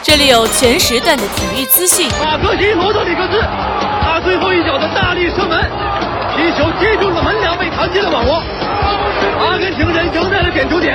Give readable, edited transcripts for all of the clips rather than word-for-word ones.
这里有全时段的体育资讯。 马克西罗德里克斯，他最后一脚的大力射门，皮球接住了门梁，被弹进了网窝。阿根廷人赢在了点球点。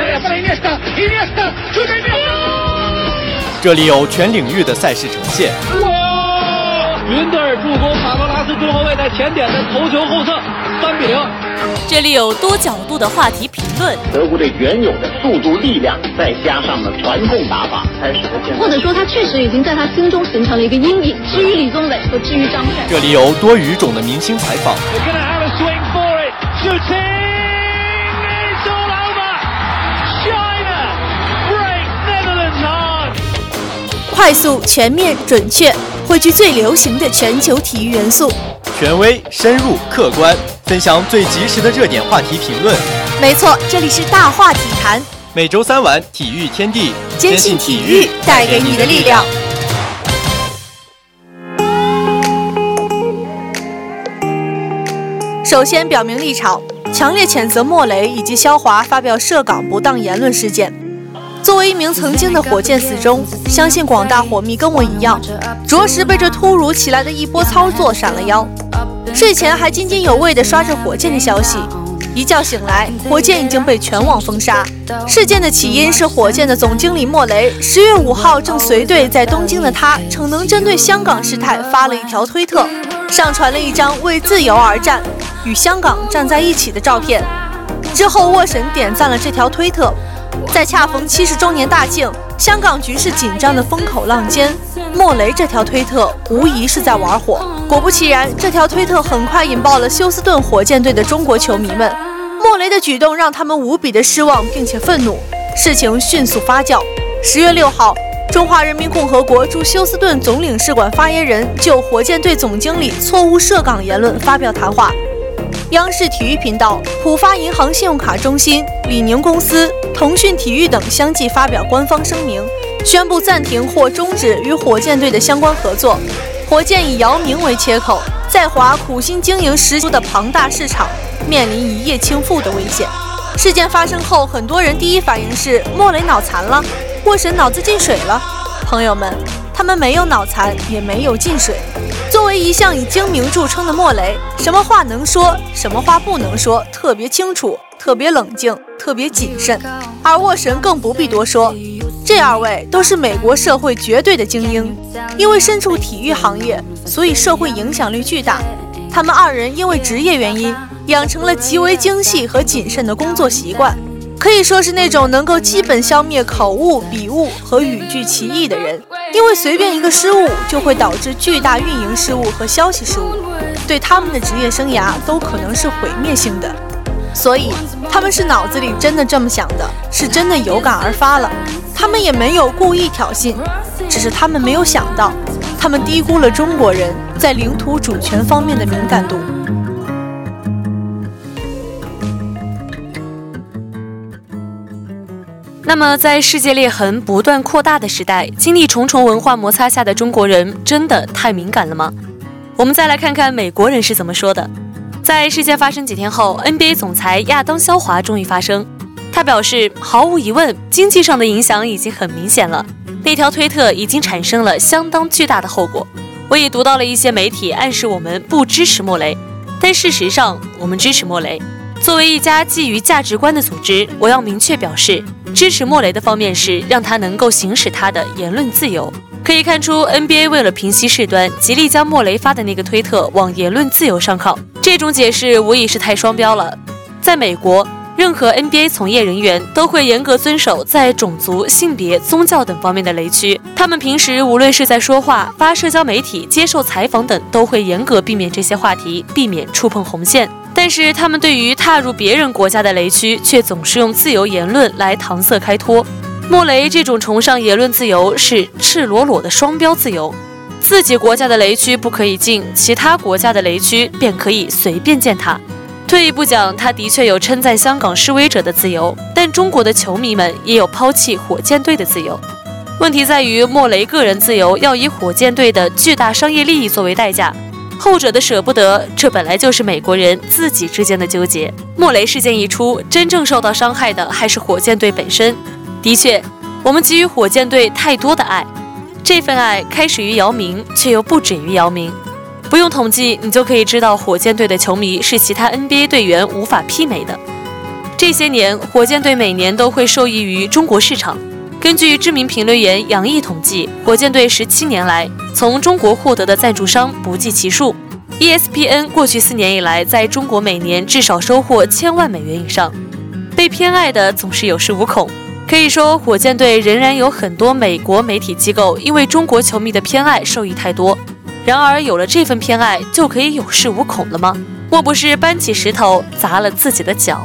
这里有全领域的赛事呈现。 云德尔助攻卡罗拉斯中后卫在前点的头球后侧，3-0。 这里有多角度的话题评论。 德国队原有的速度、力量，再加上了传控打法，才使得现在。 或者说，他确实已经在他心中形成了一个阴影，至于李宗伟和至于张帅。 这里有多语种的明星采访。 快速、全面、准确，汇聚最流行的全球体育元素。 权威、深入、客观，分享最及时的热点话题评论。 没错，这里是大话体坛。 每周3晚，体育天地， 坚信体育带给你的力量。首先表明立场，强烈谴责莫雷以及肖华发表涉港不当言论事件。作为一名曾经的火箭死忠，相信广大火迷跟我一样，着实被这突如其来的一波操作闪了腰。睡前还津津有味地刷着火箭的消息，一觉醒来，火箭已经被全网封杀。事件的起因是火箭的总经理莫雷10月5号正随队在东京的他，逞能针对香港事态发了一条推特，上传了一张为自由而战、与香港站在一起的照片。之后沃神点赞了这条推特。在恰逢70周年大庆，香港局势紧张的风口浪尖，莫雷这条推特无疑是在玩火。果不其然，这条推特很快引爆了休斯顿火箭队的中国球迷们。莫雷的举动让他们无比的失望并且愤怒，事情迅速发酵。10月6号，中华人民共和国驻休斯顿总领事馆发言人就火箭队总经理错误涉港言论发表谈话。央视体育频道、浦发银行信用卡中心、李宁公司、腾讯体育等相继发表官方声明，宣布暂停或终止与火箭队的相关合作。火箭以姚明为切口，在华苦心经营十足的庞大市场，面临一夜倾覆的危险。事件发生后，很多人第一反应是莫雷脑残了，沃神脑子进水了。朋友们，他们没有脑残，也没有进水。作为一向以精明著称的莫雷，什么话能说，什么话不能说，特别清楚，特别冷静，特别谨慎。而沃神更不必多说，这2位都是美国社会绝对的精英，因为身处体育行业，所以社会影响力巨大。他们2人因为职业原因，养成了极为精细和谨慎的工作习惯，可以说是那种能够基本消灭口误、笔误和语句歧义的人。因为随便一个失误就会导致巨大运营失误和消息失误，对他们的职业生涯都可能是毁灭性的。所以他们是脑子里真的这么想的，是真的有感而发了。他们也没有故意挑衅，只是他们没有想到，他们低估了中国人在领土主权方面的敏感度。那么在世界裂痕不断扩大的时代，经历重重文化摩擦下的中国人真的太敏感了吗？我们再来看看美国人是怎么说的。在事件发生几天后， NBA 总裁亚当肖华终于发声，他表示，毫无疑问，经济上的影响已经很明显了，那条推特已经产生了相当巨大的后果。我也读到了一些媒体暗示我们不支持莫雷，但事实上我们支持莫雷。作为一家基于价值观的组织，我要明确表示，支持莫雷的方面是让他能够行使他的言论自由。可以看出 NBA 为了平息事端，极力将莫雷发的那个推特往言论自由上靠，这种解释无疑是太双标了。在美国，任何 NBA 从业人员都会严格遵守在种族、性别、宗教等方面的雷区，他们平时无论是在说话、发社交媒体、接受采访等，都会严格避免这些话题，避免触碰红线。但是他们对于踏入别人国家的雷区，却总是用自由言论来搪塞开脱。莫雷这种崇尚言论自由是赤裸裸的双标自由，自己国家的雷区不可以进，其他国家的雷区便可以随便践踏。退一步讲，他的确有称赞香港示威者的自由，但中国的球迷们也有抛弃火箭队的自由。问题在于，莫雷个人自由要以火箭队的巨大商业利益作为代价，后者的舍不得，这本来就是美国人自己之间的纠结。莫雷事件一出，真正受到伤害的还是火箭队本身。的确，我们给予火箭队太多的爱， 这份爱开始于姚明，却又不止于姚明。不用统计，你就可以知道火箭队的球迷是其他 NBA 队员无法媲美的。这些年，火箭队每年都会受益于中国市场。根据知名评论员杨毅统计，火箭队17年来从中国获得的赞助商不计其数。ESPN 过去4年以来，在中国每年至少收获1000万美元以上。被偏爱的总是有恃无恐。可以说，火箭队仍然有很多美国媒体机构因为中国球迷的偏爱受益太多。然而，有了这份偏爱，就可以有恃无恐了吗？莫不是搬起石头砸了自己的脚？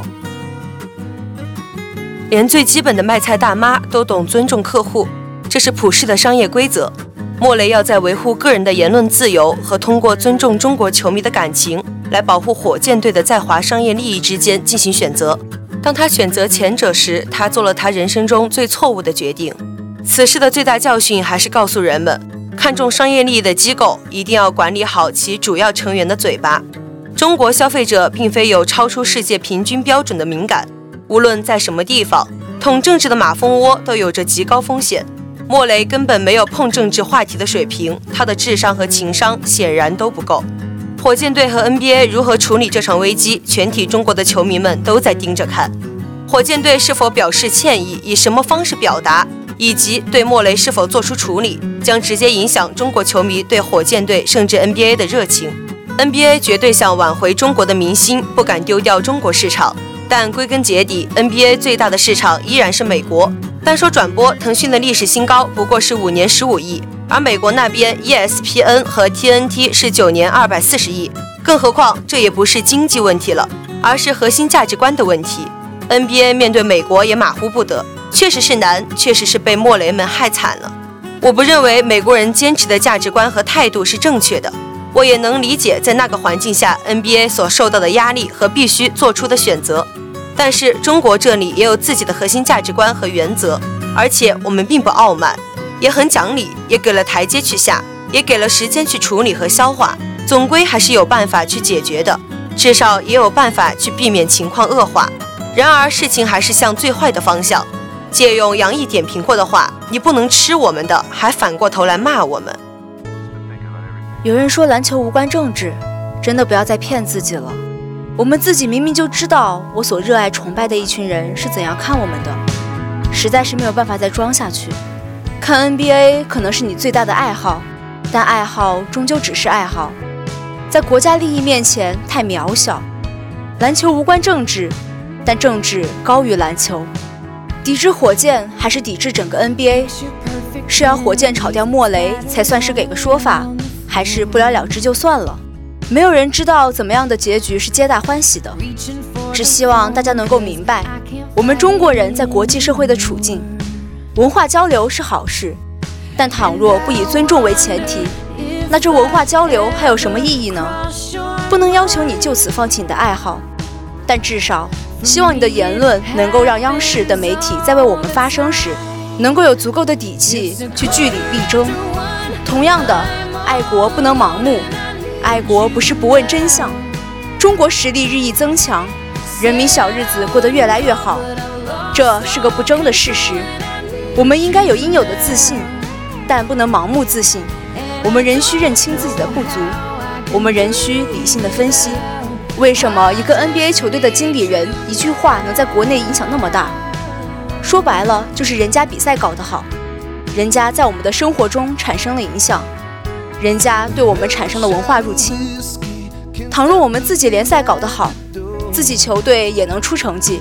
连最基本的卖菜大妈都懂尊重客户，这是普世的商业规则。莫雷要在维护个人的言论自由和通过尊重中国球迷的感情来保护火箭队的在华商业利益之间进行选择。当他选择前者时，他做了他人生中最错误的决定。此事的最大教训还是告诉人们，看重商业利益的机构一定要管理好其主要成员的嘴巴。中国消费者并非有超出世界平均标准的敏感，无论在什么地方，捅政治的马蜂窝都有着极高风险。莫雷根本没有碰政治话题的水平，他的智商和情商显然都不够。火箭队和 NBA 如何处理这场危机，全体中国的球迷们都在盯着看。火箭队是否表示歉意，以什么方式表达，以及对莫雷是否做出处理，将直接影响中国球迷对火箭队甚至 NBA 的热情。NBA 绝对想挽回中国的民心，不敢丢掉中国市场。但归根结底 ，NBA 最大的市场依然是美国。单说转播，腾讯的历史新高不过是5年15亿，而美国那边 ESPN 和 TNT 是9年240亿。更何况，这也不是经济问题了，而是核心价值观的问题。NBA 面对美国也马虎不得，确实是难，确实是被莫雷们害惨了。我不认为美国人坚持的价值观和态度是正确的。我也能理解在那个环境下 NBA 所受到的压力和必须做出的选择，但是中国这里也有自己的核心价值观和原则，而且我们并不傲慢，也很讲理，也给了台阶去下，也给了时间去处理和消化，总归还是有办法去解决的，至少也有办法去避免情况恶化。然而事情还是向最坏的方向。借用杨毅点评过的话，你不能吃我们的，还反过头来骂我们。 有人说篮球无关政治，真的不要再骗自己了。我们自己明明就知道我所热爱崇拜的一群人是怎样看我们的，实在是没有办法再装下去。看 NBA 可能是你最大的爱好，但爱好终究只是爱好，在国家利益面前太渺小。篮球无关政治，但政治高于篮球。抵制火箭还是抵制整个 NBA？ 是要火箭炒掉莫雷才算是给个说法，还是不了了之就算了？没有人知道怎么样的结局是皆大欢喜的，只希望大家能够明白我们中国人在国际社会的处境。文化交流是好事，但倘若不以尊重为前提，那这文化交流还有什么意义呢？不能要求你就此放弃你的爱好，但至少希望你的言论能够让央视等媒体在为我们发声时，能够有足够的底气去据理力争。同样的，爱国不能盲目，爱国不是不问真相。中国实力日益增强，人民小日子过得越来越好，这是个不争的事实。我们应该有应有的自信，但不能盲目自信。我们仍需认清自己的不足，我们仍需理性的分析，为什么一个 NBA 球队的经理人一句话能在国内影响那么大？说白了，就是人家比赛搞得好，人家在我们的生活中产生了影响，人家对我们产生了文化入侵。倘若我们自己联赛搞得好，自己球队也能出成绩，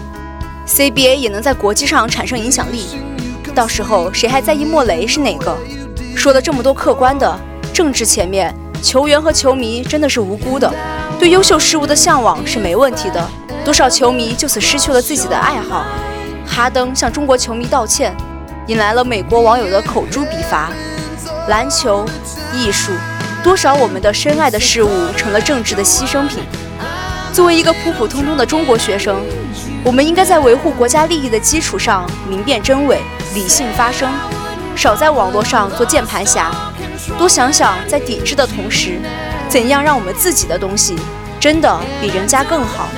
CBA 也能在国际上产生影响力，到时候谁还在意莫雷是哪个？说了这么多客观的，政治前面，球员和球迷真的是无辜的，对优秀事物的向往是没问题的。多少球迷就此失去了自己的爱好。哈登向中国球迷道歉，引来了美国网友的口诛笔伐。篮球、艺术，多少我们的深爱的事物成了政治的牺牲品。作为一个普普通通的中国学生，我们应该在维护国家利益的基础上明辨真伪，理性发声，少在网络上做键盘侠，多想想在抵制的同时，怎样让我们自己的东西真的比人家更好。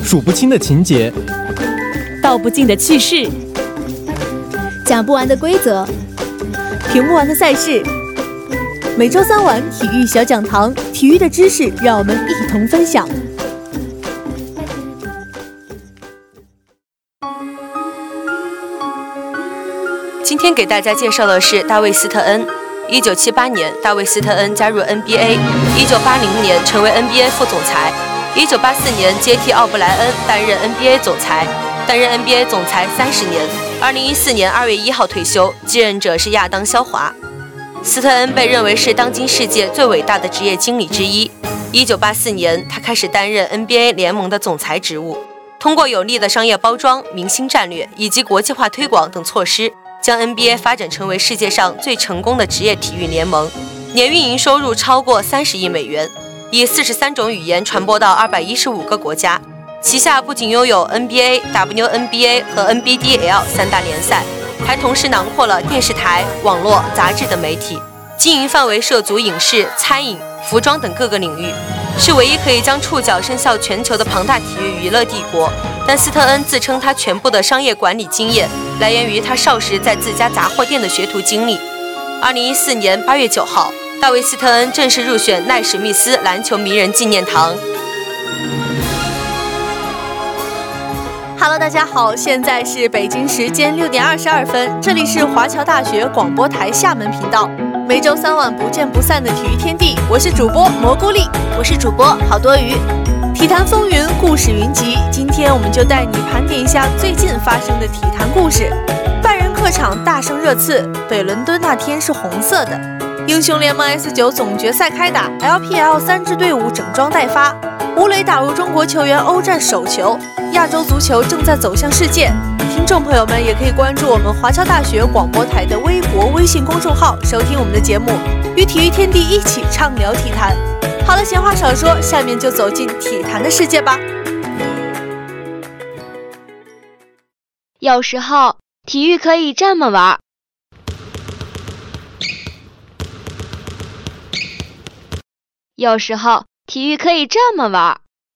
数不清的情节， 道不尽的趣事， 讲不完的规则， 评不完的赛事。每周3晚体育小讲堂，体育的知识让我们一同分享。 今天给大家介绍的是大卫斯特恩。1978年，大卫斯特恩加入 NBA，1980年成为 NBA 副总裁，1984年接替奥布莱恩担任 NBA 总裁，担任 NBA 总裁30年，2014年2月1号退休，继任者是亚当·肖华。斯特恩被认为是当今世界最伟大的职业经理之一。1984年，他开始担任 NBA 联盟的总裁职务，通过有力的商业包装、明星战略以及国际化推广等措施，将 NBA 发展成为世界上最成功的职业体育联盟，年运营收入超过30亿美元，以43种语言传播到215个国家。旗下不仅拥有 NBA、WNBA 和 NBDL 3大联赛，还同时囊括了电视台、网络、杂志等媒体，经营范围涉足影视、餐饮、服装等各个领域，是唯一可以将触角伸向全球的庞大体育娱乐帝国。但斯特恩自称他全部的商业管理经验来源于他少时在自家杂货店的学徒经历。2014年8月9号，大卫斯特恩正式入选奈史密斯篮球名人纪念堂。 Hello， 大家好，现在是北京时间6点22分，这里是华侨大学广播台厦门频道，每周3晚不见不散的体育天地，我是主播蘑菇丽， 我是主播好多鱼。 体坛风云，故事云集，今天我们就带你盘点一下最近发生的体坛故事。拜仁客场大胜热刺，北伦敦那天是红色的。英雄联盟 S9 总决赛开打 ，LPL 3支队伍整装待发。吴磊打入中国球员欧战首球，亚洲足球正在走向世界。听众朋友们也可以关注我们华侨大学广播台的微博、微信公众号，收听我们的节目，与体育天地一起畅聊体坛。好了，闲话少说，下面就走进体坛的世界吧。 有时候体育可以这么玩。有时候体育可以这么玩。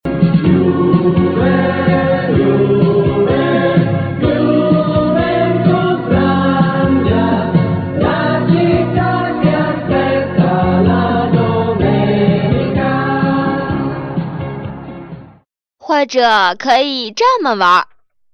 或者可以这么玩。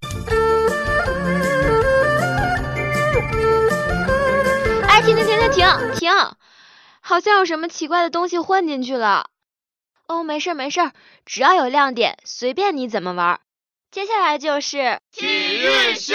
哎，停！好像有什么奇怪的东西混进去了。哦，没事，只要有亮点，随便你怎么玩。接下来就是体育秀，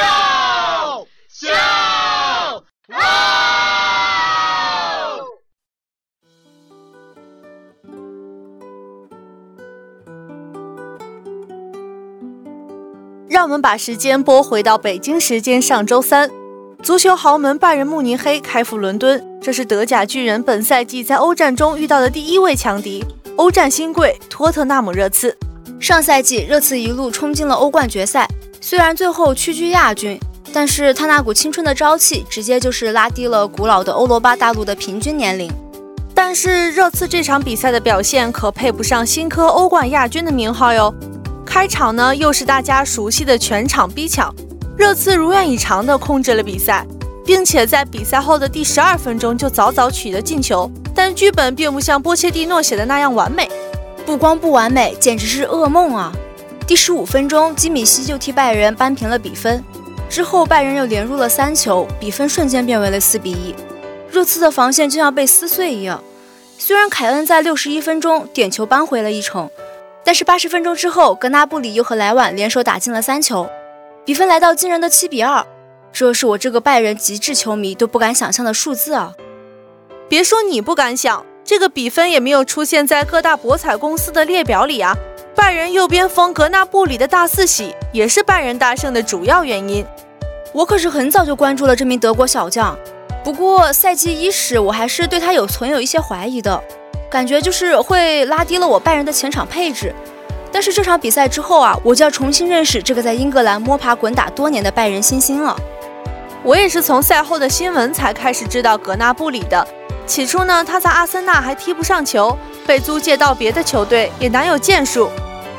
让我们把时间拨回到北京时间上周3，足球豪门拜仁慕尼黑开赴伦敦，这是德甲巨人本赛季在欧战中遇到的第1位强敌，欧战新贵托特纳姆热刺。 上赛季热刺一路冲进了欧冠决赛，虽然最后屈居亚军，但是他那股青春的朝气直接就是拉低了古老的欧罗巴大陆的平均年龄。 但是热刺这场比赛的表现可配不上新科欧冠亚军的名号哟。开场呢，又是大家熟悉的全场逼抢，热刺如愿以偿地控制了比赛，并且在比赛后的第12分钟就早早取得进球，但剧本并不像波切蒂诺写的那样完美。 不光不完美，简直是噩梦啊！第15分钟，基米希就替拜仁扳平了比分，之后拜仁又连入了3球，比分瞬间变为了4比1，热刺的防线就像被撕碎一样。虽然凯恩在61分钟点球扳回了1城，但是80分钟之后，格纳布里又和莱万联手打进了3球，比分来到惊人的7比2，这是我这个拜仁极致球迷都不敢想象的数字啊！ 别说你不敢想，这个比分也没有出现在各大博彩公司的列表里啊。拜仁右边锋格纳布里的大四喜也是拜仁大胜的主要原因。 我可是很早就关注了这名德国小将，不过赛季伊始我还是对他存有一些怀疑的，感觉就是会拉低了我拜仁的前场配置。但是这场比赛之后啊，我就要重新认识这个在英格兰摸爬滚打多年的拜仁新星了。 我也是从赛后的新闻才开始知道格纳布里的。起初呢，他在阿森纳还踢不上球，被租借到别的球队，也难有建树。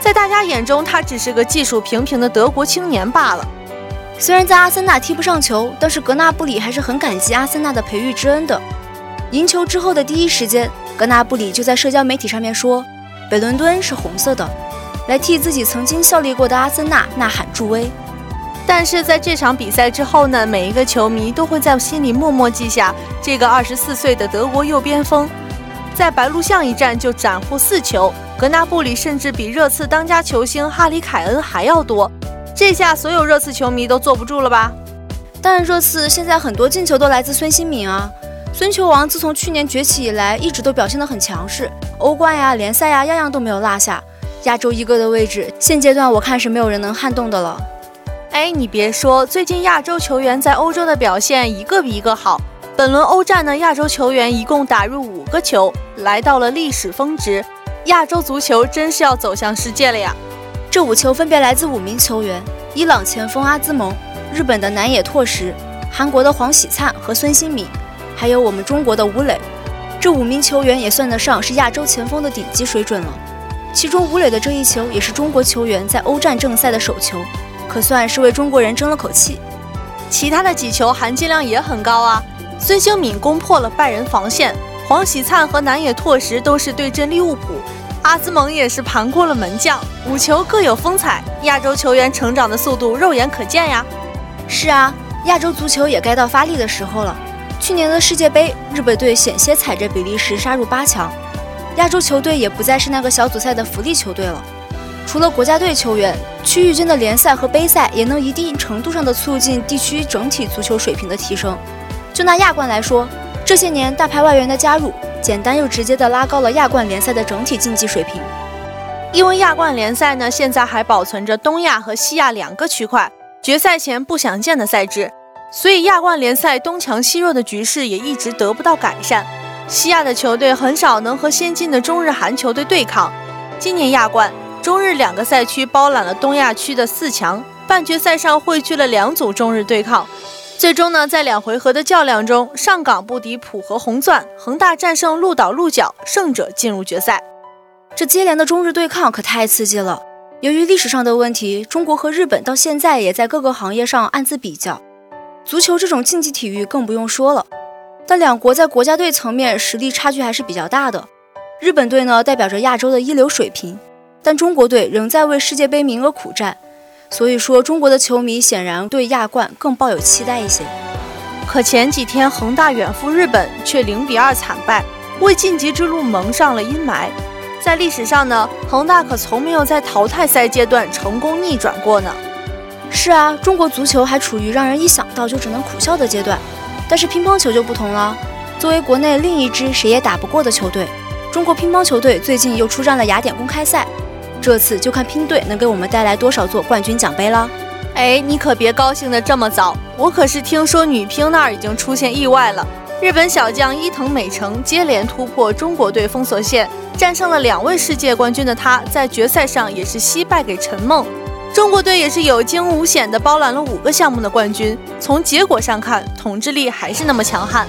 在大家眼中，他只是个技术平平的德国青年罢了。 虽然在阿森纳踢不上球，但是格纳布里还是很感激阿森纳的培育之恩的。赢球之后的第一时间，格纳布里就在社交媒体上面说，北伦敦是红色的，来替自己曾经效力过的阿森纳呐喊助威。 但是在这场比赛之后呢，每一个球迷都会在心里默默记下这个24岁的德国右边锋在白鹿巷一战就斩获4球，格纳布里甚至比热刺当家球星哈里凯恩还要多。这下所有热刺球迷都坐不住了吧？ 但热刺现在很多进球都来自孙兴慜啊。孙球王自从去年崛起以来，一直都表现得很强势，欧冠呀、联赛呀，样样都没有落下。亚洲一哥的位置，现阶段我看是没有人能撼动的了。 哎，你别说，最近亚洲球员在欧洲的表现一个比一个好。本轮欧战呢，亚洲球员一共打入5个球，来到了历史峰值。亚洲足球真是要走向世界了呀！ 这5球分别来自5名球员：伊朗前锋阿兹蒙、日本的南野拓实、韩国的黄喜灿和孙兴慜，还有我们中国的吴磊。这5名球员也算得上是亚洲前锋的顶级水准了。其中吴磊的这一球也是中国球员在欧战正赛的首球，可算是为中国人争了口气。 其他的几球含金量也很高啊！孙兴慜攻破了拜仁防线，黄喜灿和南野拓实都是对阵利物浦，阿兹蒙也是盘过了门将，5球各有风采。亚洲球员成长的速度肉眼可见呀！ 是啊，亚洲足球也该到发力的时候了。去年的世界杯，日本队险些踩着比利时杀入8强，亚洲球队也不再是那个小组赛的福利球队了。除了国家队球员，区域间的联赛和杯赛也能一定程度上的促进地区整体足球水平的提升。就拿亚冠来说，这些年大牌外援的加入，简单又直接的拉高了亚冠联赛的整体竞技水平。 因为亚冠联赛呢，现在还保存着东亚和西亚2个区块，决赛前不详见的赛制，所以亚冠联赛东强西弱的局势也一直得不到改善。西亚的球队很少能和先进的中日韩球队对抗。今年亚冠，中日2个赛区包揽了东亚区的4强，半决赛上汇聚了2组中日对抗。最终呢，在2回合的较量中，上港不敌浦和红钻，恒大战胜鹿岛鹿角，胜者进入决赛。 这接连的中日对抗可太刺激了。由于历史上的问题，中国和日本到现在也在各个行业上暗自比较。足球这种竞技体育更不用说了，但两国在国家队层面实力差距还是比较大的。日本队呢，代表着亚洲的一流水平，但中国队仍在为世界杯名额苦战。所以说，中国的球迷显然对亚冠更抱有期待一些。 可前几天恒大远赴日本，却0-2惨败，为晋级之路蒙上了阴霾。在历史上呢，恒大可从没有在淘汰赛阶段成功逆转过呢。 是啊，中国足球还处于让人一想到就只能苦笑的阶段。但是乒乓球就不同了，作为国内另一支谁也打不过的球队，中国乒乓球队最近又出战了雅典公开赛。这次就看乒队能给我们带来多少座冠军奖杯了。 哎，你可别高兴得这么早，我可是听说女乒那儿已经出现意外了。日本小将伊藤美诚接连突破中国队封锁线，战胜了2位世界冠军的她，在决赛上也是惜败给陈梦。中国队也是有惊无险地包揽了5个项目的冠军，从结果上看，统治力还是那么强悍。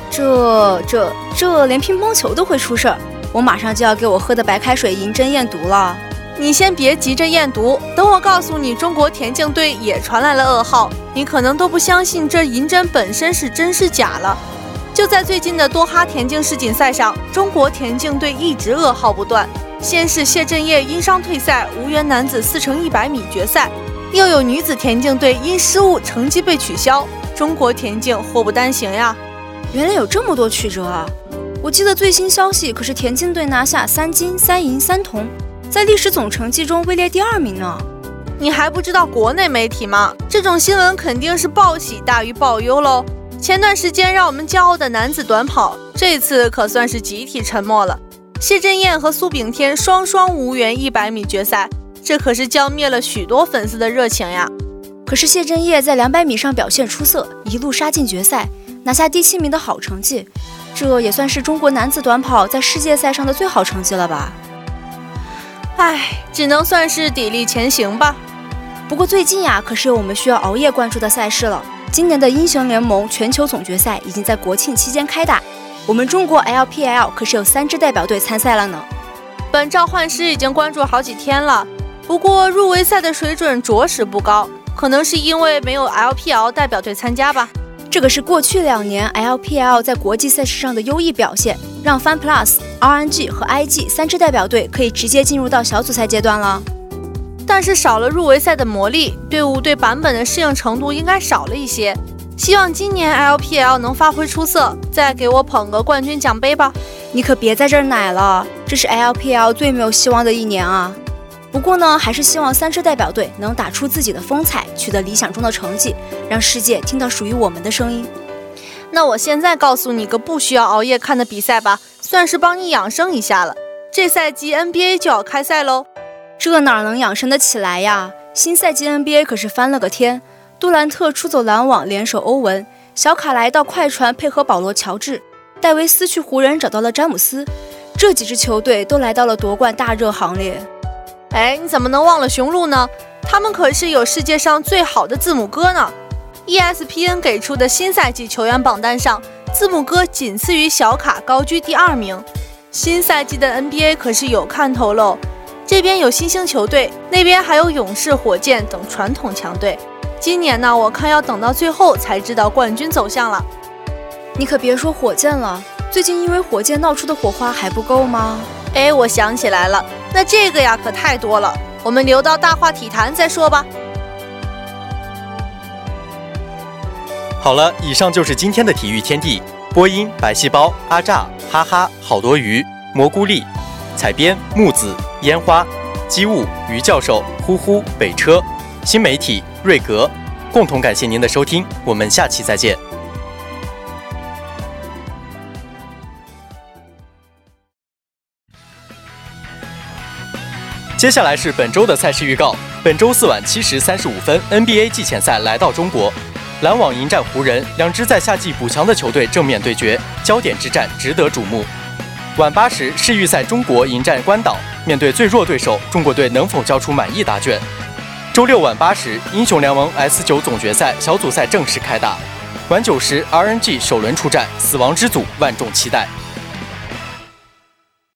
这连乒乓球都会出事儿，我马上就要给我喝的白开水银针验毒了。 你先别急着验毒，等我告诉你中国田径队也传来了噩耗，你可能都不相信这银针本身是真是假了。就在最近的多哈田径世锦赛上，中国田径队一直噩耗不断。先是谢震业因伤退赛，无缘男子4×100米决赛，又有女子田径队因失误成绩被取消，中国田径祸不单行呀。 原来有这么多曲折啊！我记得最新消息可是田径队拿下3金3银3铜，在历史总成绩中位列第2名呢。 你还不知道国内媒体吗？这种新闻肯定是报喜大于报忧喽。前段时间让我们骄傲的男子短跑，这次可算是集体沉默了。谢震业和苏炳添双双无缘100米决赛，这可是浇灭了许多粉丝的热情呀。 可是谢震业在200米上表现出色，一路杀进决赛，拿下第7名的好成绩，这也算是中国男子短跑在世界赛上的最好成绩了吧。 只能算是砥砺前行吧。 不过最近呀，可是有我们需要熬夜关注的赛事了。今年的英雄联盟全球总决赛已经在国庆期间开打，我们中国 LPL 可是有3支代表队参赛了呢。 本召唤师已经关注好几天了， 不过入围赛的水准着实不高，可能是因为没有 LPL 代表队参加吧。 这个是过去2年 LPL 在国际赛事上的优异表现，让 FunPlus、RNG 和 IG 3支代表队可以直接进入到小组赛阶段了。 但是少了入围赛的魔力，队伍对版本的适应程度应该少了一些。希望今年 LPL 能发挥出色，再给我捧个冠军奖杯吧。 你可别在这儿奶了，这是 LPL 最没有希望的一年啊。不过呢，还是希望3支代表队能打出自己的风采，取得理想中的成绩，让世界听到属于我们的声音。 那我现在告诉你个不需要熬夜看的比赛吧，算是帮你养生一下了。这赛季 NBA 就要开赛喽。 这哪能养生得起来呀？新赛季 NBA 可是翻了个天，杜兰特出走篮网联手欧文，小卡来到快船配合保罗乔治，戴维斯去湖人找到了詹姆斯，这几支球队都来到了夺冠大热行列。 哎，你怎么能忘了雄鹿呢？他们可是有世界上最好的字母哥呢。ESPN 给出的新赛季球员榜单上，字母哥仅次于小卡，高居第2名。新赛季的 NBA 可是有看头喽，这边有新兴球队，那边还有勇士、火箭等传统强队。今年呢，我看要等到最后才知道冠军走向了。 你可别说火箭了，最近因为火箭闹出的火花还不够吗？ 哎，我想起来了，那这个呀可太多了，我们留到大话体坛再说吧。 好了，以上就是今天的体育天地。播音：白细胞、阿炸、哈哈、好多鱼、蘑菇粒，采编：木子、烟花、机务、于教授、呼呼、北车，新媒体：瑞格。共同感谢您的收听，我们下期再见。接下来是本周的赛事预告。本周4晚7时35分 ，NBA 季前赛来到中国，篮网迎战湖人，两支在夏季补强的球队正面对决，焦点之战值得瞩目。晚8时，世预赛中国迎战关岛，面对最弱对手，中国队能否交出满意答卷？周六晚8时，英雄联盟 S9 总决赛小组赛正式开打，晚9时 RNG 首轮出战，死亡之组万众期待。